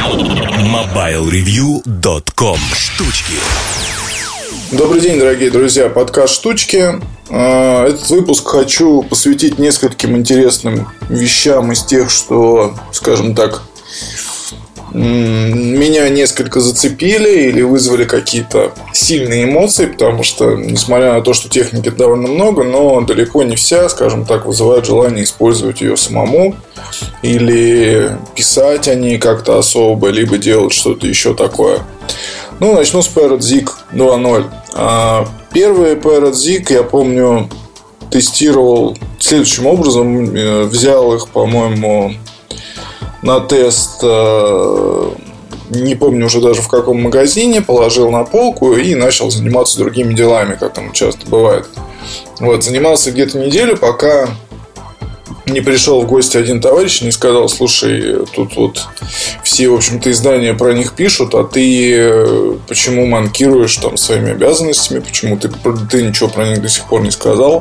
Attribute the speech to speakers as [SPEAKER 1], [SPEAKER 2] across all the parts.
[SPEAKER 1] MobileReview.com. Штучки.
[SPEAKER 2] Добрый день, дорогие друзья. Подкаст «Штучки». Этот выпуск хочу посвятить нескольким интересным вещам из тех, что, скажем так, меня несколько зацепили или вызвали какие-то сильные эмоции, потому что, несмотря на то, что техники довольно много, но далеко не вся, скажем так, вызывает желание использовать ее самому или писать о ней как-то особо, либо делать что-то еще такое. Начну с Parrot Zig 2.0. Первый Parrot Zig, я помню, тестировал следующим образом. Взял их, по-моему, на тест, не помню уже даже в каком магазине, положил на полку и начал заниматься другими делами, как там часто бывает. Занимался где-то неделю, пока не пришел в гости один товарищ и не сказал: слушай, тут все, в общем-то, издания про них пишут, а ты почему манкируешь там своими обязанностями, почему ты ничего про них до сих пор не сказал.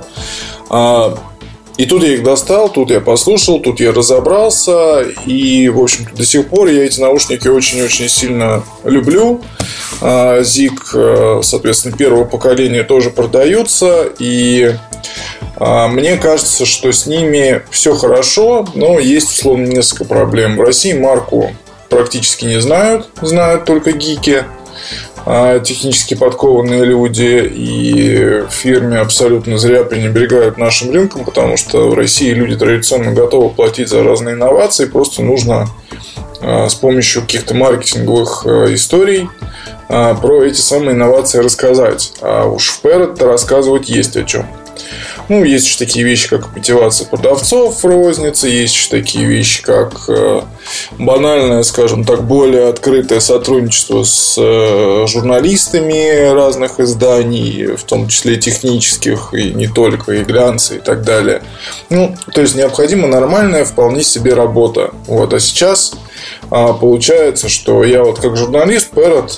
[SPEAKER 2] И тут я их достал, тут я послушал, тут я разобрался. И, в общем-то, до сих пор я эти наушники очень-очень сильно люблю. Zig, соответственно, первого поколения тоже продаются. И мне кажется, что с ними все хорошо, но есть, условно, несколько проблем. В России марку практически не знают только гики, технически подкованные люди, и в фирме абсолютно зря пренебрегают нашим рынком, потому что в России люди традиционно готовы платить за разные инновации, просто нужно с помощью каких-то маркетинговых историй про эти самые инновации рассказать. А уж в Parrot рассказывать есть о чем. Есть еще такие вещи, как мотивация продавцов в рознице, есть еще такие вещи, как банальное, скажем так, более открытое сотрудничество с журналистами разных изданий, в том числе технических, и не только, и глянца, и так далее. То есть необходима нормальная вполне себе работа. А сейчас получается, что я как журналист Parrot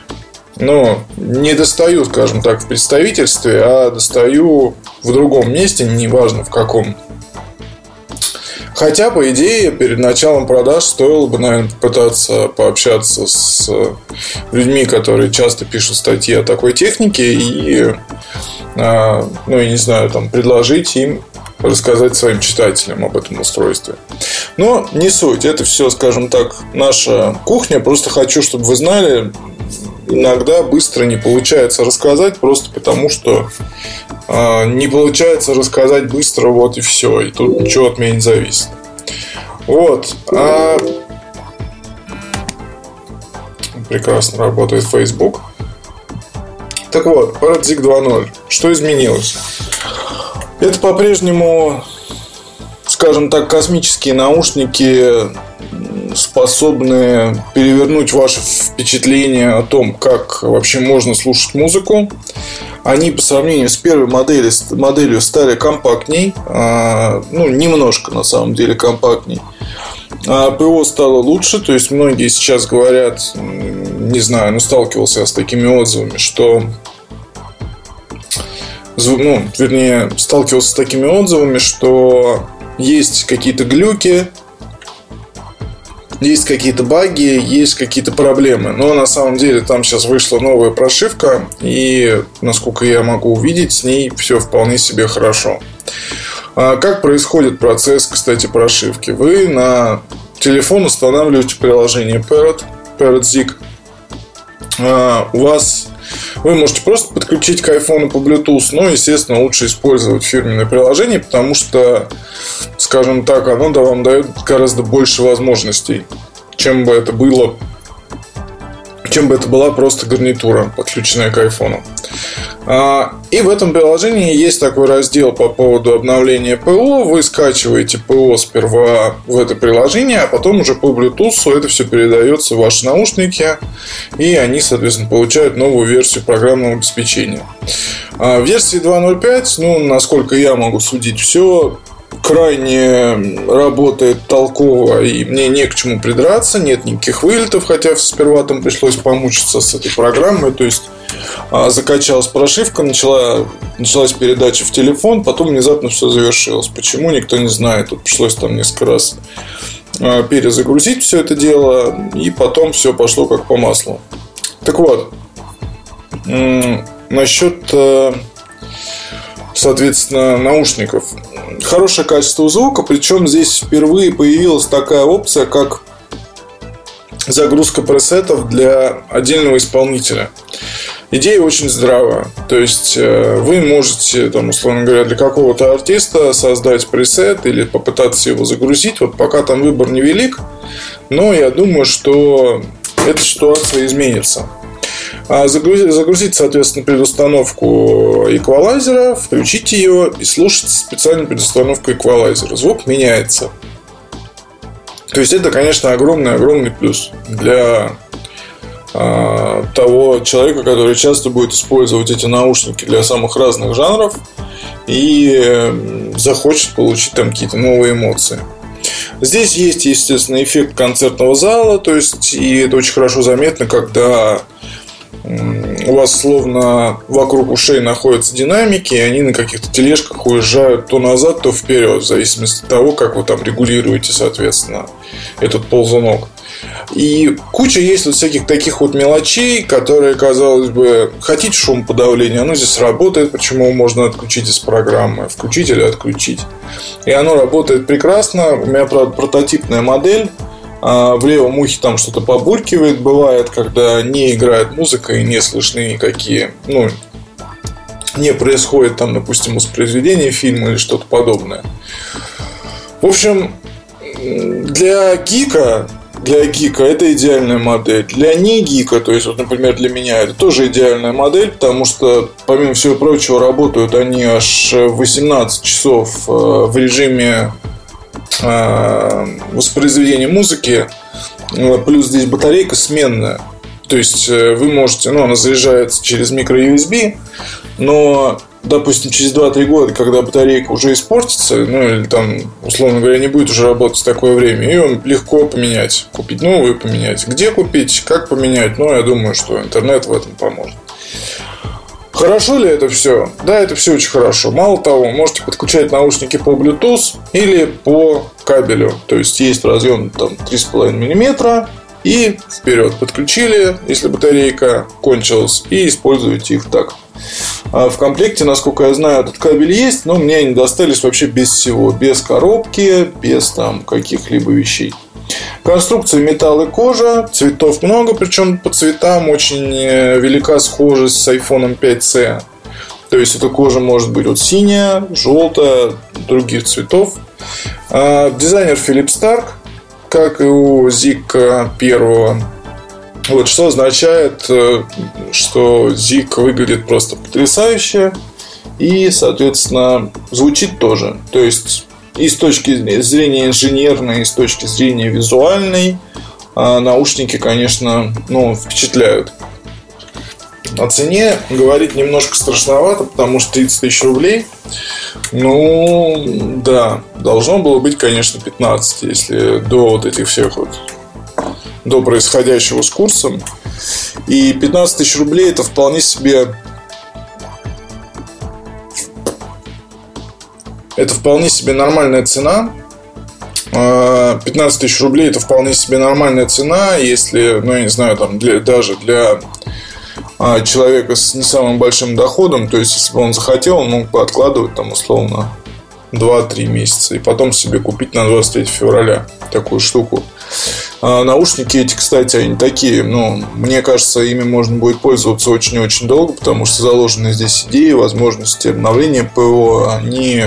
[SPEAKER 2] не достаю, скажем так, в представительстве, а достаю в другом месте, неважно в каком. Хотя, по идее, перед началом продаж стоило бы, наверное, попытаться пообщаться с людьми, которые часто пишут статьи о такой технике, и, я не знаю, предложить им рассказать своим читателям об этом устройстве. Но не суть, это все, скажем так, наша кухня. Просто хочу, чтобы вы знали, иногда быстро не получается рассказать, просто потому что не получается рассказать быстро, и все. И тут ничего от меня не зависит. Прекрасно работает Facebook. Так вот, Parrot Zig 2.0. Что изменилось? Это по-прежнему, скажем так, космические наушники, способные перевернуть ваше впечатление о том, как вообще можно слушать музыку. Они по сравнению с первой моделью стали компактней. Немножко на самом деле компактней. ПО стало лучше. То есть многие сейчас говорят, не знаю, сталкивался я с такими отзывами, что сталкивался с такими отзывами, что есть какие-то глюки, есть какие-то баги, есть какие-то проблемы. Но на самом деле там сейчас вышла новая прошивка, и, насколько я могу увидеть, с ней все вполне себе хорошо. Как происходит процесс, кстати, прошивки? Вы на телефон устанавливаете приложение Parrot Zig. Вы можете просто подключить к iPhone по Bluetooth, но, естественно, лучше использовать фирменное приложение, потому что, скажем так, оно вам дает гораздо больше возможностей, чем бы это была просто гарнитура, подключенная к iPhone. И в этом приложении есть такой раздел по поводу обновления ПО. Вы скачиваете ПО сперва в это приложение, а потом уже по Bluetooth это все передается в ваши наушники, и они, соответственно, получают новую версию программного обеспечения. В версии 2.0.5, насколько я могу судить, все крайне работает толково, и мне не к чему придраться, нет никаких вылетов, хотя сперва там пришлось помучиться с этой программой. То есть закачалась прошивка, началась передача в телефон, потом внезапно все завершилось. Почему, никто не знает. Тут пришлось там несколько раз перезагрузить все это дело, и потом все пошло как по маслу. Так вот, насчет, соответственно, наушников. Хорошее качество звука, причем здесь впервые появилась такая опция, как загрузка пресетов для отдельного исполнителя. Идея очень здравая. То есть вы можете, там, условно говоря, для какого-то артиста создать пресет или попытаться его загрузить. Вот пока там выбор невелик, но я думаю, что эта ситуация изменится. Загрузить, соответственно, предустановку эквалайзера, включить ее и слушать специальную предустановку эквалайзера. Звук меняется. То есть это, конечно, огромный плюс для того человека, который часто будет использовать эти наушники для самых разных жанров и захочет получить там какие-то новые эмоции. Здесь есть, естественно, эффект концертного зала, то есть и это очень хорошо заметно, когда у вас словно вокруг ушей находятся динамики, и они на каких-то тележках уезжают то назад, то вперед, в зависимости от того, как вы там регулируете, соответственно, этот ползунок. И куча есть вот всяких таких вот мелочей, которые, казалось бы, хотите шумоподавление, оно здесь работает, причем его можно отключить из программы, включить или отключить. И оно работает прекрасно. У меня, правда, прототипная модель. В левом ухе там что-то побулькивает. Бывает, когда не играет музыка и не слышны никакие, не происходит там, допустим, воспроизведение фильма или что-то подобное. В общем, для гика это идеальная модель. Для не гика, то есть, вот, например, для меня это тоже идеальная модель, потому что, помимо всего прочего, работают они аж 18 часов в режиме воспроизведения музыки. Плюс здесь батарейка сменная. То есть вы можете, она заряжается через микро-USB, но, допустим, через 2-3 года, когда батарейка уже испортится, или там, условно говоря, не будет уже работать в такое время, ее легко поменять, купить новую и поменять. Где купить, как поменять, я думаю, что интернет в этом поможет. Хорошо ли это все? Да, это все очень хорошо. Мало того, можете подключать наушники по Bluetooth или по кабелю. То есть есть разъем там 3,5 мм и вперед подключили, если батарейка кончилась, и используете их так. В комплекте, насколько я знаю, этот кабель есть, но мне они достались вообще без всего. Без коробки, без там каких-либо вещей. Конструкция металл и кожа. Цветов много, причем по цветам очень велика схожесть с iPhone 5C. То есть эта кожа может быть вот синяя, желтая, других цветов. Дизайнер Филипп Старк, как и у Zig первого. Вот что означает, что Zig выглядит просто потрясающе и, соответственно, звучит тоже. То есть и с точки зрения инженерной, и с точки зрения визуальной наушники, конечно, впечатляют. О цене говорить немножко страшновато, потому что 30 тысяч рублей. Да, должно было быть, конечно, 15, если до вот этих всех до происходящего с курсом. И 15 тысяч рублей это вполне себе нормальная цена. 15 тысяч рублей это вполне себе нормальная цена, если, я не знаю, там даже для человека с не самым большим доходом. То есть, если бы он захотел, он мог бы откладывать там условно 2-3 месяца и потом себе купить на 23 февраля такую штуку. Наушники эти, кстати, они такие, мне кажется, ими можно будет пользоваться очень-очень долго, потому что заложены здесь идеи, возможности обновления ПО, они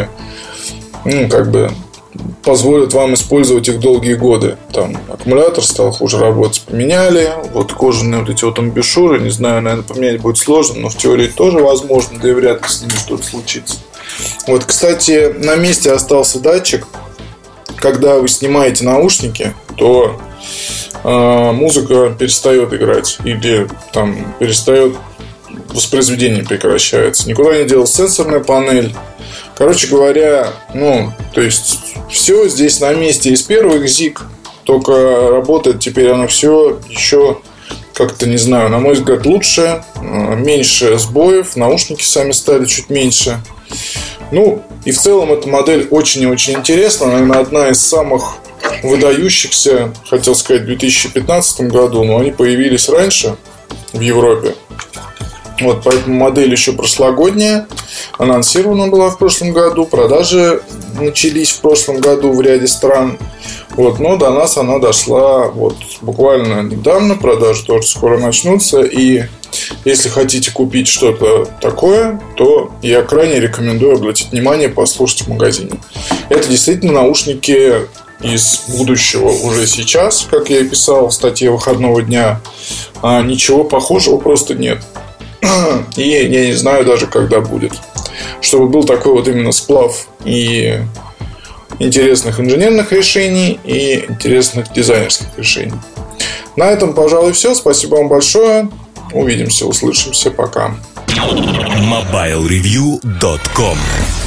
[SPEAKER 2] позволят вам использовать их долгие годы. Там аккумулятор стал хуже работать, поменяли. Вот кожаные вот эти амбушюры, не знаю, наверное, поменять будет сложно, но в теории тоже возможно, да и вряд ли с ними что-то случится. Вот, кстати, на месте остался датчик. Когда вы снимаете наушники, то музыка перестает играть или там перестает, воспроизведение прекращается. Никуда не делась сенсорная панель. Короче говоря, то есть все здесь на месте из первых Zig, только работает теперь оно все еще как-то, не знаю, на мой взгляд, лучше, меньше сбоев, наушники сами стали чуть меньше. И в целом эта модель очень и очень интересна. Наверное, одна из самых выдающихся, хотел сказать, в 2015 году, но они появились раньше в Европе. Вот, поэтому модель еще прошлогодняя, анонсирована была в прошлом году, продажи начались в прошлом году в ряде стран. Вот, но до нас она дошла вот буквально недавно, продажи тоже скоро начнутся. И если хотите купить что-то такое, то я крайне рекомендую обратить внимание, послушать в магазине. Это действительно наушники из будущего уже сейчас, как я и писал в статье выходного дня. Ничего похожего просто нет. И я не знаю даже, когда будет. Чтобы был такой вот именно сплав и интересных инженерных решений, и интересных дизайнерских решений. На этом, пожалуй, все. Спасибо вам большое. Увидимся, услышимся. Пока.
[SPEAKER 1] MobileReview.com